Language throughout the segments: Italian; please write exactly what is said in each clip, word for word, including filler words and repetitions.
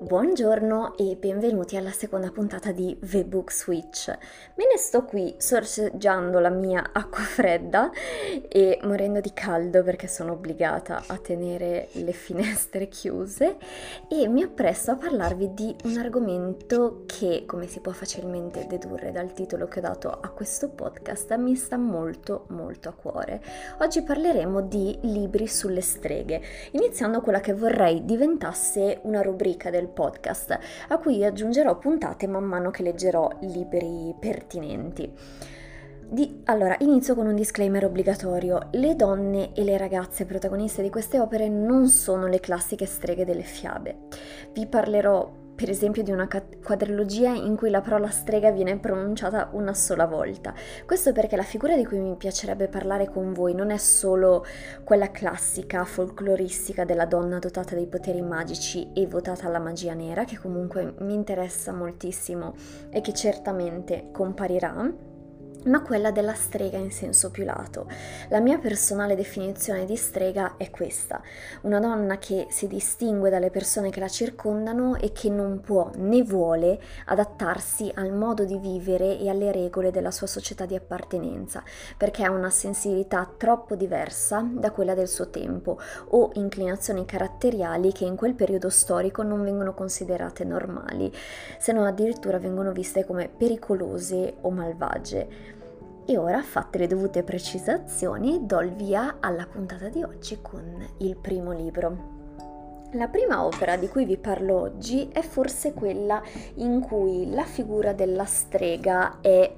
Buongiorno e benvenuti alla seconda puntata di The Book Switch. Me ne sto qui sorseggiando la mia acqua fredda e morendo di caldo perché sono obbligata a tenere le finestre chiuse e mi appresto a parlarvi di un argomento che, come si può facilmente dedurre dal titolo che ho dato a questo podcast, mi sta molto molto a cuore. Oggi parleremo di libri sulle streghe, iniziando quella che vorrei diventasse una rubrica del podcast a cui aggiungerò puntate man mano che leggerò libri pertinenti. Di... Allora, inizio con un disclaimer obbligatorio. Le donne e le ragazze protagoniste di queste opere non sono le classiche streghe delle fiabe. Vi parlerò per esempio di una quadrilogia in cui la parola strega viene pronunciata una sola volta. Questo perché la figura di cui mi piacerebbe parlare con voi non è solo quella classica, folcloristica della donna dotata dei poteri magici e votata alla magia nera, che comunque mi interessa moltissimo e che certamente comparirà, ma quella della strega in senso più lato. La mia personale definizione di strega è questa: una donna che si distingue dalle persone che la circondano e che non può né vuole adattarsi al modo di vivere e alle regole della sua società di appartenenza, perché ha una sensibilità troppo diversa da quella del suo tempo o inclinazioni caratteriali che in quel periodo storico non vengono considerate normali, se non addirittura vengono viste come pericolose o malvagie. E ora, fatte le dovute precisazioni, do il via alla puntata di oggi con il primo libro. La prima opera di cui vi parlo oggi è forse quella in cui la figura della strega è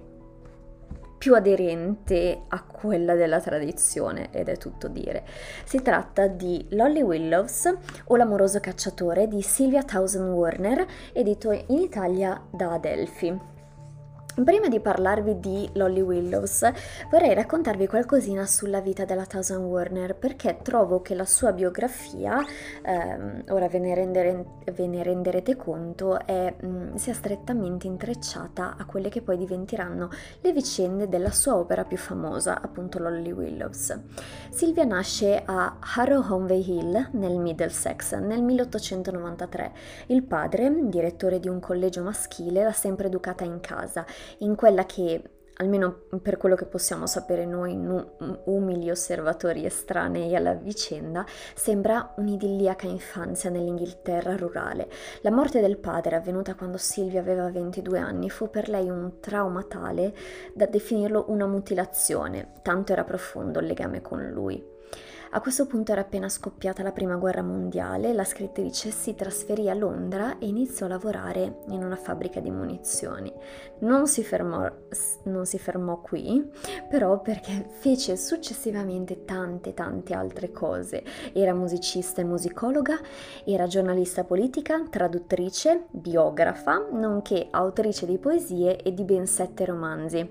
più aderente a quella della tradizione, ed è tutto dire. Si tratta di Lolly Willows o L'amoroso cacciatore di Sylvia Townsend Warner, edito in Italia da Adelphi. Prima di parlarvi di Lolly Willows, vorrei raccontarvi qualcosina sulla vita della Townsend Warner, perché trovo che la sua biografia, ehm, ora ve ne, rendere, ve ne renderete conto, è, mh, sia strettamente intrecciata a quelle che poi diventeranno le vicende della sua opera più famosa, appunto Lolly Willows. Sylvia nasce a Harrow-on-Wye Hill, nel Middlesex, nel milleottocentonovantatré. Il padre, direttore di un collegio maschile, l'ha sempre educata in casa, in quella che, almeno per quello che possiamo sapere noi umili osservatori estranei alla vicenda, sembra un'idilliaca infanzia nell'Inghilterra rurale. La morte del padre, avvenuta quando Sylvia aveva ventidue anni, fu per lei un trauma tale da definirlo una mutilazione, tanto era profondo il legame con lui. A questo punto era appena scoppiata la prima guerra mondiale, la scrittrice si trasferì a Londra e iniziò a lavorare in una fabbrica di munizioni. Non si fermò, non si fermò qui, però, perché fece successivamente tante tante altre cose. Era musicista e musicologa, era giornalista politica, traduttrice, biografa, nonché autrice di poesie e di ben sette romanzi,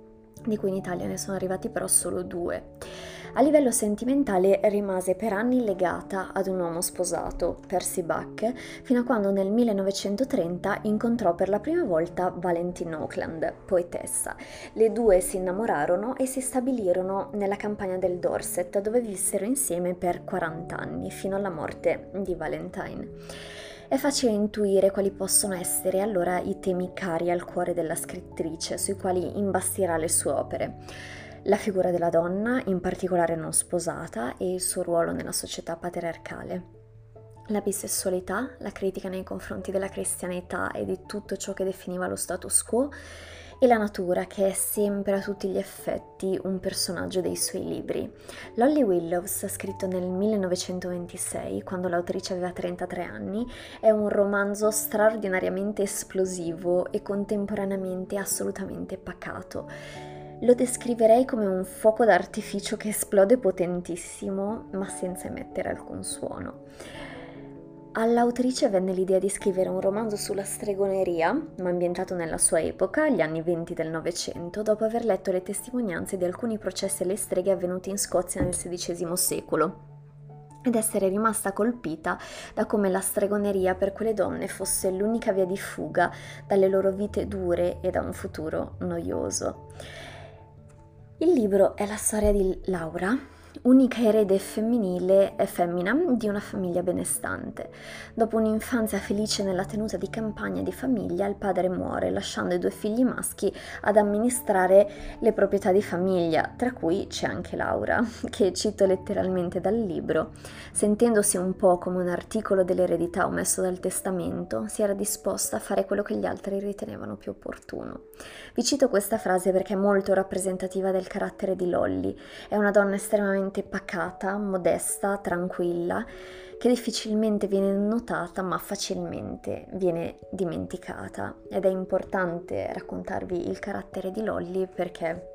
di cui in Italia ne sono arrivati però solo due. A livello sentimentale rimase per anni legata ad un uomo sposato, Percy Buck, fino a quando nel millenovecentotrenta incontrò per la prima volta Valentine Auckland, poetessa. Le due si innamorarono e si stabilirono nella campagna del Dorset, dove vissero insieme per quaranta anni, fino alla morte di Valentine. È facile intuire quali possono essere allora i temi cari al cuore della scrittrice, sui quali imbastirà le sue opere. La figura della donna, in particolare non sposata, e il suo ruolo nella società patriarcale. La bisessualità, la critica nei confronti della cristianità e di tutto ciò che definiva lo status quo, e la natura, che è sempre a tutti gli effetti un personaggio dei suoi libri. Lolly Willows, scritto nel millenovecentoventisei, quando l'autrice aveva trentatré anni, è un romanzo straordinariamente esplosivo e contemporaneamente assolutamente pacato. Lo descriverei come un fuoco d'artificio che esplode potentissimo, ma senza emettere alcun suono. All'autrice venne l'idea di scrivere un romanzo sulla stregoneria, ma ambientato nella sua epoca, gli anni venti del Novecento, dopo aver letto le testimonianze di alcuni processi alle streghe avvenuti in Scozia nel sedicesimo secolo, ed essere rimasta colpita da come la stregoneria per quelle donne fosse l'unica via di fuga dalle loro vite dure e da un futuro noioso. Il libro è la storia di Laura, unica erede femminile e femmina di una famiglia benestante. Dopo un'infanzia felice nella tenuta di campagna di famiglia, il padre muore, lasciando i due figli maschi ad amministrare le proprietà di famiglia, tra cui c'è anche Laura, che cito letteralmente dal libro. Sentendosi un po' come un articolo dell'eredità omesso dal testamento, si era disposta a fare quello che gli altri ritenevano più opportuno. Vi cito questa frase perché è molto rappresentativa del carattere di Lolly. È una donna estremamente pacata, modesta, tranquilla, che difficilmente viene notata ma facilmente viene dimenticata, ed è importante raccontarvi il carattere di Lolly perché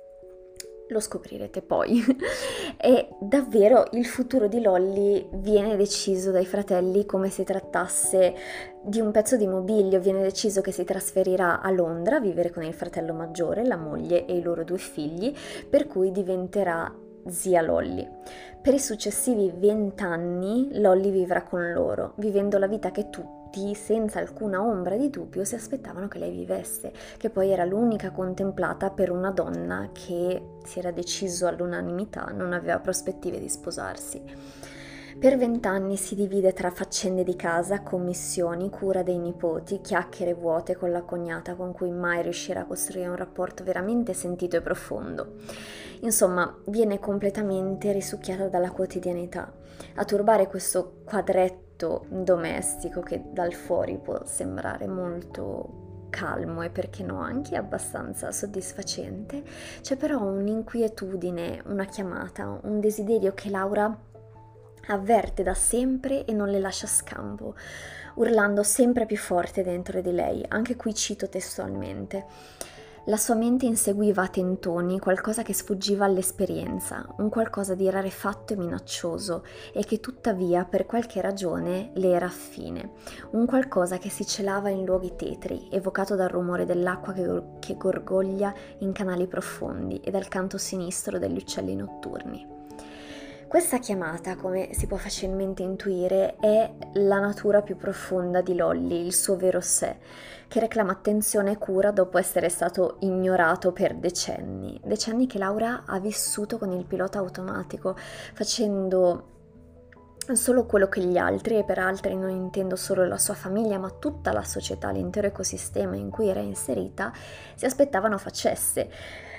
lo scoprirete poi. E davvero il futuro di Lolly viene deciso dai fratelli come si trattasse di un pezzo di mobilio. Viene deciso che si trasferirà a Londra a vivere con il fratello maggiore, la moglie e i loro due figli, per cui diventerà zia Lolly. Per i successivi vent'anni Lolly vivrà con loro, vivendo la vita che tutti, senza alcuna ombra di dubbio, si aspettavano che lei vivesse, che poi era l'unica contemplata per una donna che si era deciso all'unanimità non aveva prospettive di sposarsi. Per vent'anni si divide tra faccende di casa, commissioni, cura dei nipoti, chiacchiere vuote con la cognata con cui mai riuscirà a costruire un rapporto veramente sentito e profondo. Insomma, viene completamente risucchiata dalla quotidianità. A turbare questo quadretto domestico che dal fuori può sembrare molto calmo e perché no anche abbastanza soddisfacente, c'è però un'inquietudine, una chiamata, un desiderio che Laura avverte da sempre e non le lascia scampo, urlando sempre più forte dentro di lei. Anche qui cito testualmente: la sua mente inseguiva a tentoni qualcosa che sfuggiva all'esperienza, un qualcosa di rarefatto e minaccioso e che tuttavia per qualche ragione le era affine, un qualcosa che si celava in luoghi tetri, evocato dal rumore dell'acqua che, che gorgoglia in canali profondi e dal canto sinistro degli uccelli notturni. Questa chiamata, come si può facilmente intuire, è la natura più profonda di Lolly, il suo vero sé, che reclama attenzione e cura dopo essere stato ignorato per decenni. Decenni che Laura ha vissuto con il pilota automatico, facendo solo quello che gli altri, e per altri non intendo solo la sua famiglia, ma tutta la società, l'intero ecosistema in cui era inserita, si aspettavano facesse.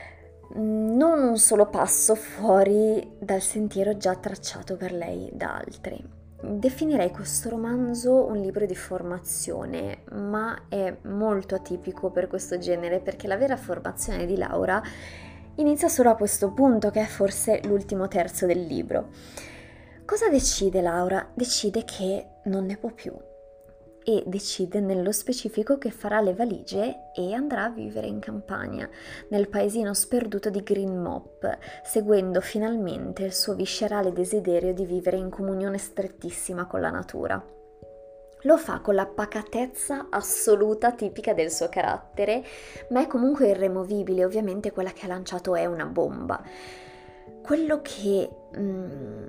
Non un solo passo fuori dal sentiero già tracciato per lei da altri. Definirei questo romanzo un libro di formazione, ma è molto atipico per questo genere perché la vera formazione di Laura inizia solo a questo punto, che è forse l'ultimo terzo del libro. Cosa decide Laura? Decide che non ne può più. E decide nello specifico che farà le valigie e andrà a vivere in campagna, nel paesino sperduto di Green Mop, seguendo finalmente il suo viscerale desiderio di vivere in comunione strettissima con la natura. Lo fa con la pacatezza assoluta tipica del suo carattere, ma è comunque irremovibile. Ovviamente quella che ha lanciato è una bomba. Quello che... Mm,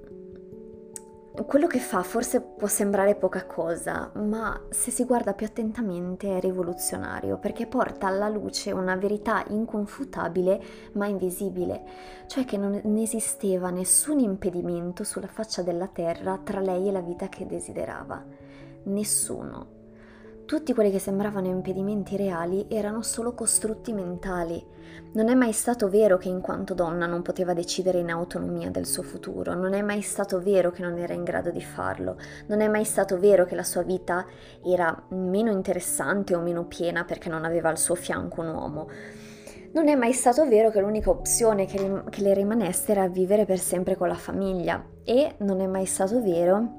Quello che fa forse può sembrare poca cosa, ma se si guarda più attentamente è rivoluzionario, perché porta alla luce una verità inconfutabile ma invisibile, cioè che non esisteva nessun impedimento sulla faccia della terra tra lei e la vita che desiderava. Nessuno. Tutti quelli che sembravano impedimenti reali erano solo costrutti mentali. Non è mai stato vero che in quanto donna non poteva decidere in autonomia del suo futuro, non è mai stato vero che non era in grado di farlo, non è mai stato vero che la sua vita era meno interessante o meno piena perché non aveva al suo fianco un uomo. Non è mai stato vero che l'unica opzione che, rim- che le rimanesse era vivere per sempre con la famiglia, e non è mai stato vero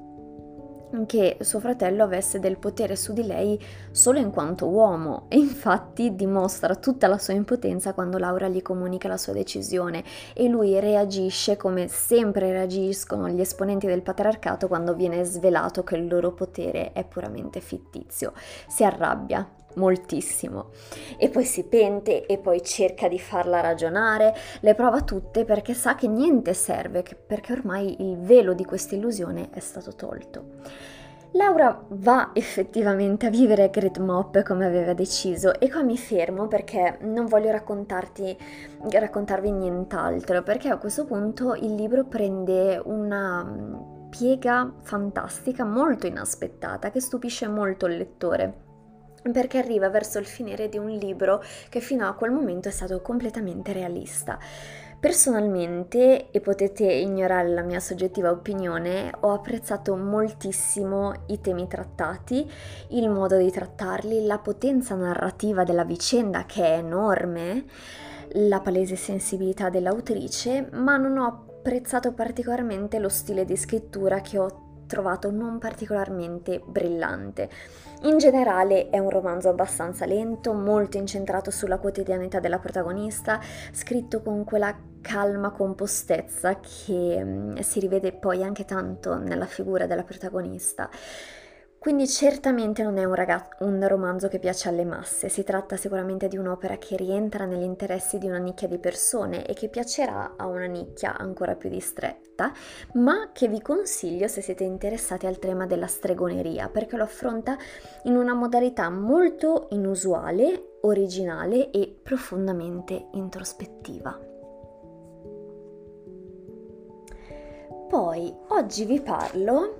che suo fratello avesse del potere su di lei solo in quanto uomo, e infatti dimostra tutta la sua impotenza quando Laura gli comunica la sua decisione e lui reagisce come sempre reagiscono gli esponenti del patriarcato quando viene svelato che il loro potere è puramente fittizio. Si arrabbia moltissimo e poi si pente e poi cerca di farla ragionare, le prova tutte perché sa che niente serve, perché ormai il velo di questa illusione è stato tolto. Laura va effettivamente a vivere a Great Mop come aveva deciso e qua mi fermo perché non voglio raccontarti, raccontarvi nient'altro, perché a questo punto il libro prende una mm, piega fantastica, molto inaspettata, che stupisce molto il lettore. Perché arriva verso il finire di un libro che fino a quel momento è stato completamente realista. Personalmente, e potete ignorare la mia soggettiva opinione, ho apprezzato moltissimo i temi trattati, il modo di trattarli, la potenza narrativa della vicenda che è enorme, la palese sensibilità dell'autrice, ma non ho apprezzato particolarmente lo stile di scrittura che ho trovato non particolarmente brillante. In generale è un romanzo abbastanza lento, molto incentrato sulla quotidianità della protagonista, scritto con quella calma compostezza che mm, si rivede poi anche tanto nella figura della protagonista. Quindi certamente non è un, raga- un romanzo che piace alle masse, si tratta sicuramente di un'opera che rientra negli interessi di una nicchia di persone e che piacerà a una nicchia ancora più ristretta, ma che vi consiglio se siete interessati al tema della stregoneria, perché lo affronta in una modalità molto inusuale, originale e profondamente introspettiva. Poi oggi vi parlo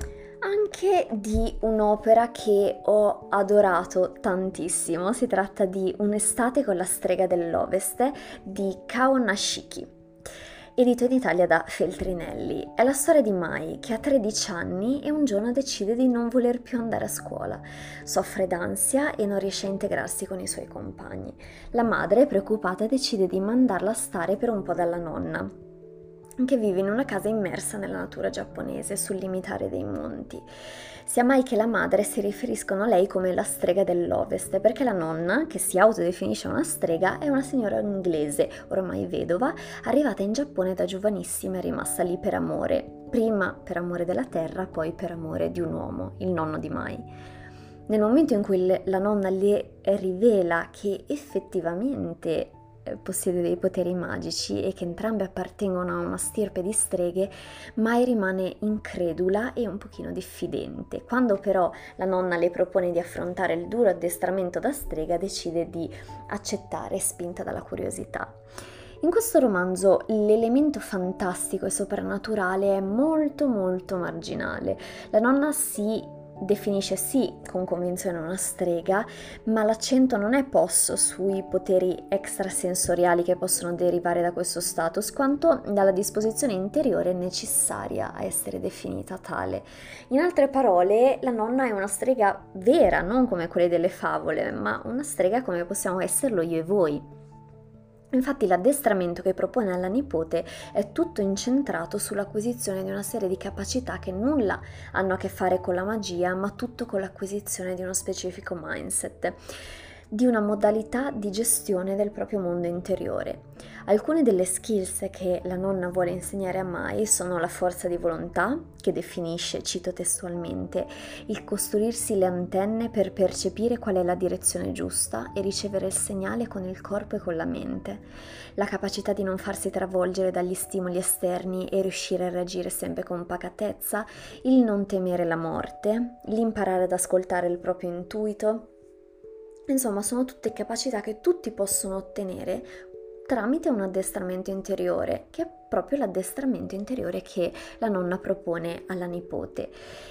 anche di un'opera che ho adorato tantissimo. Si tratta di Un'estate con la strega dell'Ovest di Kao Nashiki, edito in Italia da Feltrinelli. È la storia di Mai che ha tredici anni e un giorno decide di non voler più andare a scuola. Soffre d'ansia e non riesce a integrarsi con i suoi compagni. La madre, preoccupata, decide di mandarla a stare per un po' dalla nonna, che vive in una casa immersa nella natura giapponese sul limitare dei monti. Sia Mai che la madre si riferiscono a lei come la strega dell'Ovest, perché la nonna, che si autodefinisce una strega, è una signora inglese, ormai vedova, arrivata in Giappone da giovanissima e rimasta lì per amore, prima per amore della terra, poi per amore di un uomo, il nonno di Mai. Nel momento in cui la nonna le rivela che effettivamente possiede dei poteri magici e che entrambe appartengono a una stirpe di streghe, Mai rimane incredula e un pochino diffidente. Quando però la nonna le propone di affrontare il duro addestramento da strega, decide di accettare, spinta dalla curiosità. In questo romanzo l'elemento fantastico e soprannaturale è molto molto marginale. La nonna si definisce sì con convinzione una strega, ma l'accento non è posto sui poteri extrasensoriali che possono derivare da questo status, quanto dalla disposizione interiore necessaria a essere definita tale. In altre parole, la nonna è una strega vera, non come quelle delle favole, ma una strega come possiamo esserlo io e voi. Infatti l'addestramento che propone alla nipote è tutto incentrato sull'acquisizione di una serie di capacità che nulla hanno a che fare con la magia, ma tutto con l'acquisizione di uno specifico mindset, di una modalità di gestione del proprio mondo interiore. Alcune delle skills che la nonna vuole insegnare a Mai sono la forza di volontà, che definisce, cito testualmente, il costruirsi le antenne per percepire qual è la direzione giusta e ricevere il segnale con il corpo e con la mente, la capacità di non farsi travolgere dagli stimoli esterni e riuscire a reagire sempre con pacatezza, il non temere la morte, l'imparare ad ascoltare il proprio intuito. Insomma, sono tutte capacità che tutti possono ottenere tramite un addestramento interiore, che è proprio l'addestramento interiore che la nonna propone alla nipote.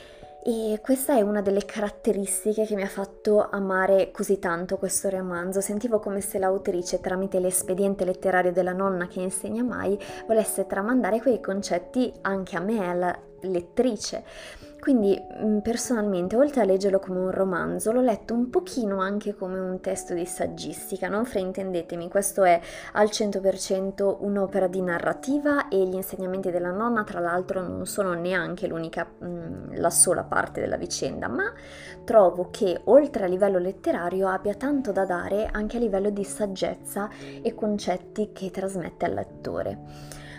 E questa è una delle caratteristiche che mi ha fatto amare così tanto questo romanzo. Sentivo come se l'autrice, tramite l'espediente letterario della nonna che insegna Mai, volesse tramandare quei concetti anche a me, alla lettrice. Quindi personalmente, oltre a leggerlo come un romanzo, l'ho letto un pochino anche come un testo di saggistica, non fraintendetemi, questo è al cento per cento un'opera di narrativa e gli insegnamenti della nonna, tra l'altro, non sono neanche l'unica, mh, la sola parte della vicenda, ma trovo che oltre a livello letterario abbia tanto da dare anche a livello di saggezza e concetti che trasmette al lettore.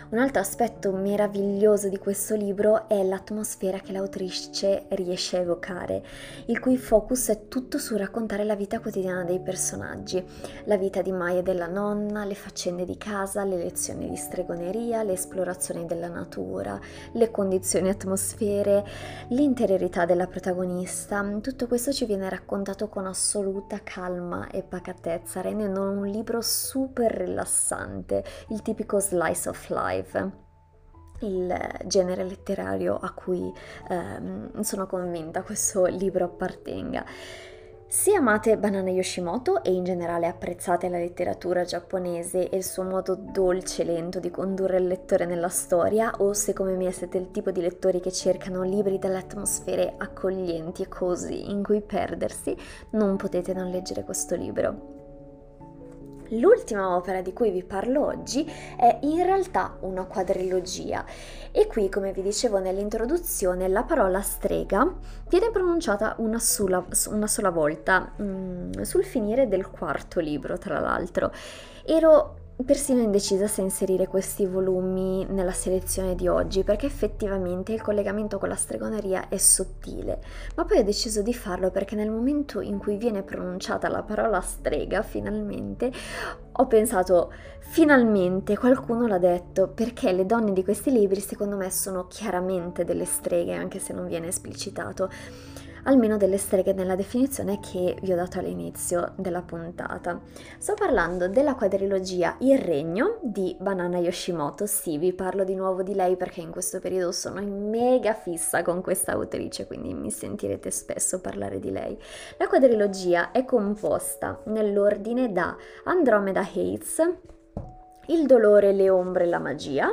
Un altro aspetto meraviglioso di questo libro è l'atmosfera che l'autrice riesce a evocare, il cui focus è tutto su raccontare la vita quotidiana dei personaggi, la vita di Maya e della nonna, le faccende di casa, le lezioni di stregoneria, le esplorazioni della natura, le condizioni atmosfere, l'interiorità della protagonista. Tutto questo ci viene raccontato con assoluta calma e pacatezza, rendendo un libro super rilassante, il tipico slice of life, il genere letterario a cui ehm, sono convinta questo libro appartenga. Se amate Banana Yoshimoto e in generale apprezzate la letteratura giapponese e il suo modo dolce e lento di condurre il lettore nella storia, o se come me siete il tipo di lettori che cercano libri dalle atmosfere accoglienti e così in cui perdersi, non potete non leggere questo libro. L'ultima opera di cui vi parlo oggi è in realtà una quadrilogia e qui, come vi dicevo nell'introduzione, la parola strega viene pronunciata una sola, una sola volta, mm, sul finire del quarto libro, tra l'altro. Ero persino indecisa se inserire questi volumi nella selezione di oggi, perché effettivamente il collegamento con la stregoneria è sottile, ma poi ho deciso di farlo perché nel momento in cui viene pronunciata la parola strega, finalmente, ho pensato, finalmente qualcuno l'ha detto, perché le donne di questi libri secondo me sono chiaramente delle streghe, anche se non viene esplicitato. Almeno delle streghe nella definizione che vi ho dato all'inizio della puntata. Sto parlando della quadrilogia Il Regno di Banana Yoshimoto. Sì, vi parlo di nuovo di lei perché in questo periodo sono in mega fissa con questa autrice, quindi mi sentirete spesso parlare di lei. La quadrilogia è composta nell'ordine da Andromeda Heights, Il dolore, le ombre e la magia,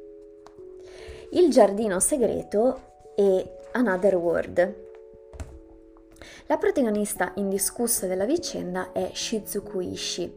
Il giardino segreto e Another World. La protagonista indiscussa della vicenda è Shizuku Ishii,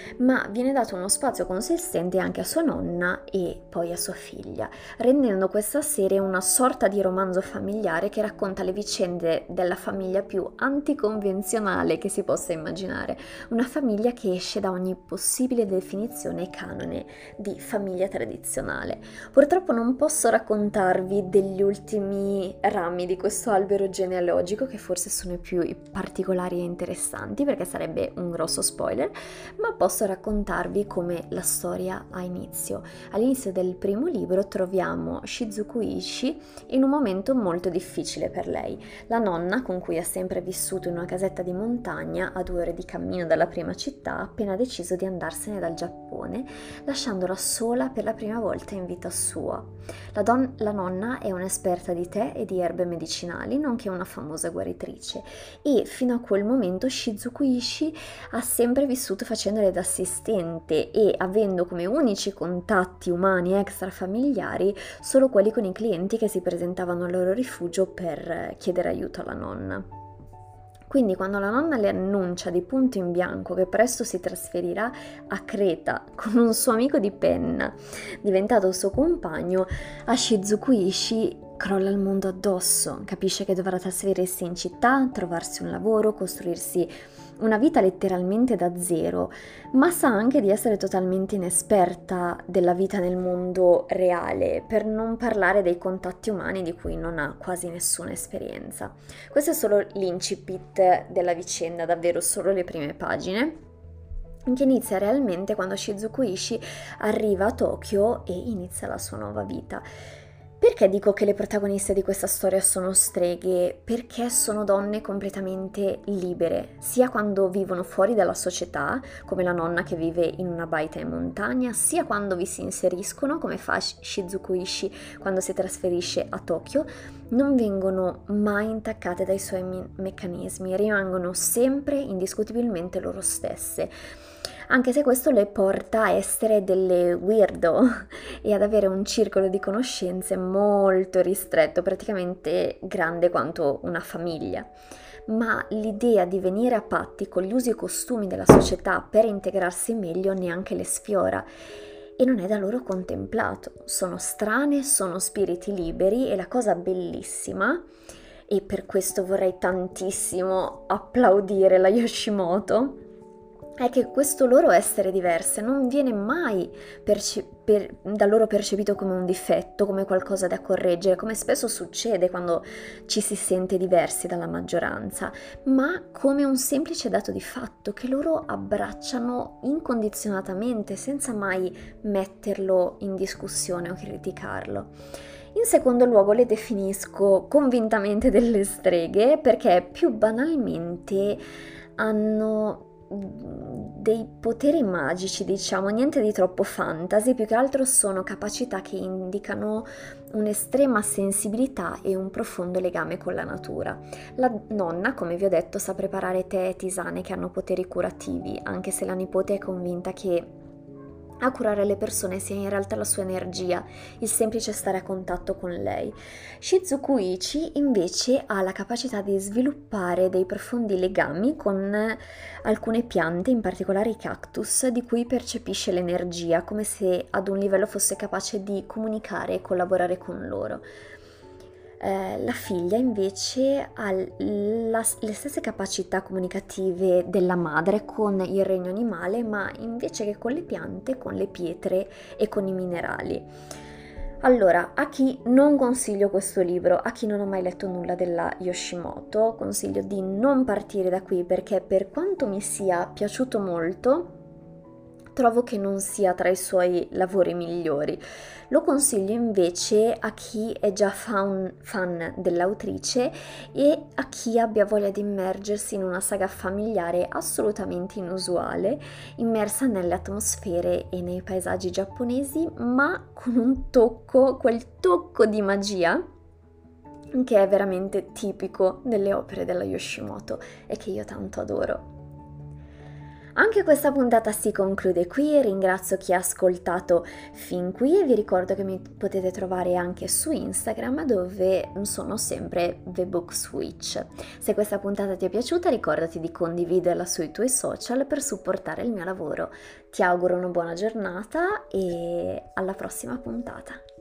ma viene dato uno spazio consistente anche a sua nonna e poi a sua figlia, rendendo questa serie una sorta di romanzo familiare che racconta le vicende della famiglia più anticonvenzionale che si possa immaginare, una famiglia che esce da ogni possibile definizione e canone di famiglia tradizionale. Purtroppo non posso raccontarvi degli ultimi rami di questo albero genealogico, che forse sono i più particolari e interessanti perché sarebbe un grosso spoiler, ma posso raccontarvi come la storia ha inizio. All'inizio del primo libro troviamo Shizuku Ishii in un momento molto difficile per lei. La nonna, con cui ha sempre vissuto in una casetta di montagna a due ore di cammino dalla prima città, ha appena deciso di andarsene dal Giappone, lasciandola sola per la prima volta in vita sua. La, don- la nonna è un'esperta di tè e di erbe medicinali, nonché una famosa guaritrice, e fino a quel momento Shizuku Ishii ha sempre vissuto facendole da assistente e avendo come unici contatti umani extrafamiliari solo quelli con i clienti che si presentavano al loro rifugio per chiedere aiuto alla nonna. Quindi quando la nonna le annuncia di punto in bianco che presto si trasferirà a Creta con un suo amico di penna, diventato suo compagno, a Shizuku Ishii crolla il mondo addosso, capisce che dovrà trasferirsi in città, trovarsi un lavoro, costruirsi una vita letteralmente da zero, ma sa anche di essere totalmente inesperta della vita nel mondo reale, per non parlare dei contatti umani di cui non ha quasi nessuna esperienza. Questo è solo l'incipit della vicenda, davvero solo le prime pagine, che inizia realmente quando Shizuku Ishii arriva a Tokyo e inizia la sua nuova vita. Perché dico che le protagoniste di questa storia sono streghe? Perché sono donne completamente libere, sia quando vivono fuori dalla società, come la nonna che vive in una baita in montagna, sia quando vi si inseriscono, come fa Shizuku Ishii quando si trasferisce a Tokyo. Non vengono mai intaccate dai suoi me- meccanismi, rimangono sempre indiscutibilmente loro stesse. Anche se questo le porta a essere delle weirdo e ad avere un circolo di conoscenze molto ristretto, praticamente grande quanto una famiglia. Ma l'idea di venire a patti con gli usi e costumi della società per integrarsi meglio neanche le sfiora. E non è da loro contemplato. Sono strane, sono spiriti liberi e la cosa bellissima, e per questo vorrei tantissimo applaudire la Yoshimoto, è che questo loro essere diverse non viene mai perce- per- da loro percepito come un difetto, come qualcosa da correggere, come spesso succede quando ci si sente diversi dalla maggioranza, ma come un semplice dato di fatto che loro abbracciano incondizionatamente, senza mai metterlo in discussione o criticarlo. In secondo luogo le definisco convintamente delle streghe perché più banalmente hanno dei poteri magici, diciamo, niente di troppo fantasy, più che altro sono capacità che indicano un'estrema sensibilità e un profondo legame con la natura. La nonna, come vi ho detto, sa preparare tè e tisane che hanno poteri curativi, anche se la nipote è convinta che a curare le persone sia in realtà la sua energia, il semplice stare a contatto con lei. Shizuku-ichi invece ha la capacità di sviluppare dei profondi legami con alcune piante, in particolare i cactus, di cui percepisce l'energia, come se ad un livello fosse capace di comunicare e collaborare con loro. Eh, la figlia invece ha la- le stesse capacità comunicative della madre con il regno animale, ma invece che con le piante, con le pietre e con i minerali. Allora, a chi non consiglio questo libro, a chi non ha mai letto nulla della Yoshimoto, consiglio di non partire da qui perché per quanto mi sia piaciuto molto, trovo che non sia tra i suoi lavori migliori. Lo consiglio invece a chi è già fan, fan dell'autrice e a chi abbia voglia di immergersi in una saga familiare assolutamente inusuale, immersa nelle atmosfere e nei paesaggi giapponesi, ma con un tocco, quel tocco di magia che è veramente tipico delle opere della Yoshimoto e che io tanto adoro. Anche questa puntata si conclude qui, ringrazio chi ha ascoltato fin qui e vi ricordo che mi potete trovare anche su Instagram dove sono sempre The Book Switch. Se questa puntata ti è piaciuta ricordati di condividerla sui tuoi social per supportare il mio lavoro. Ti auguro una buona giornata e alla prossima puntata.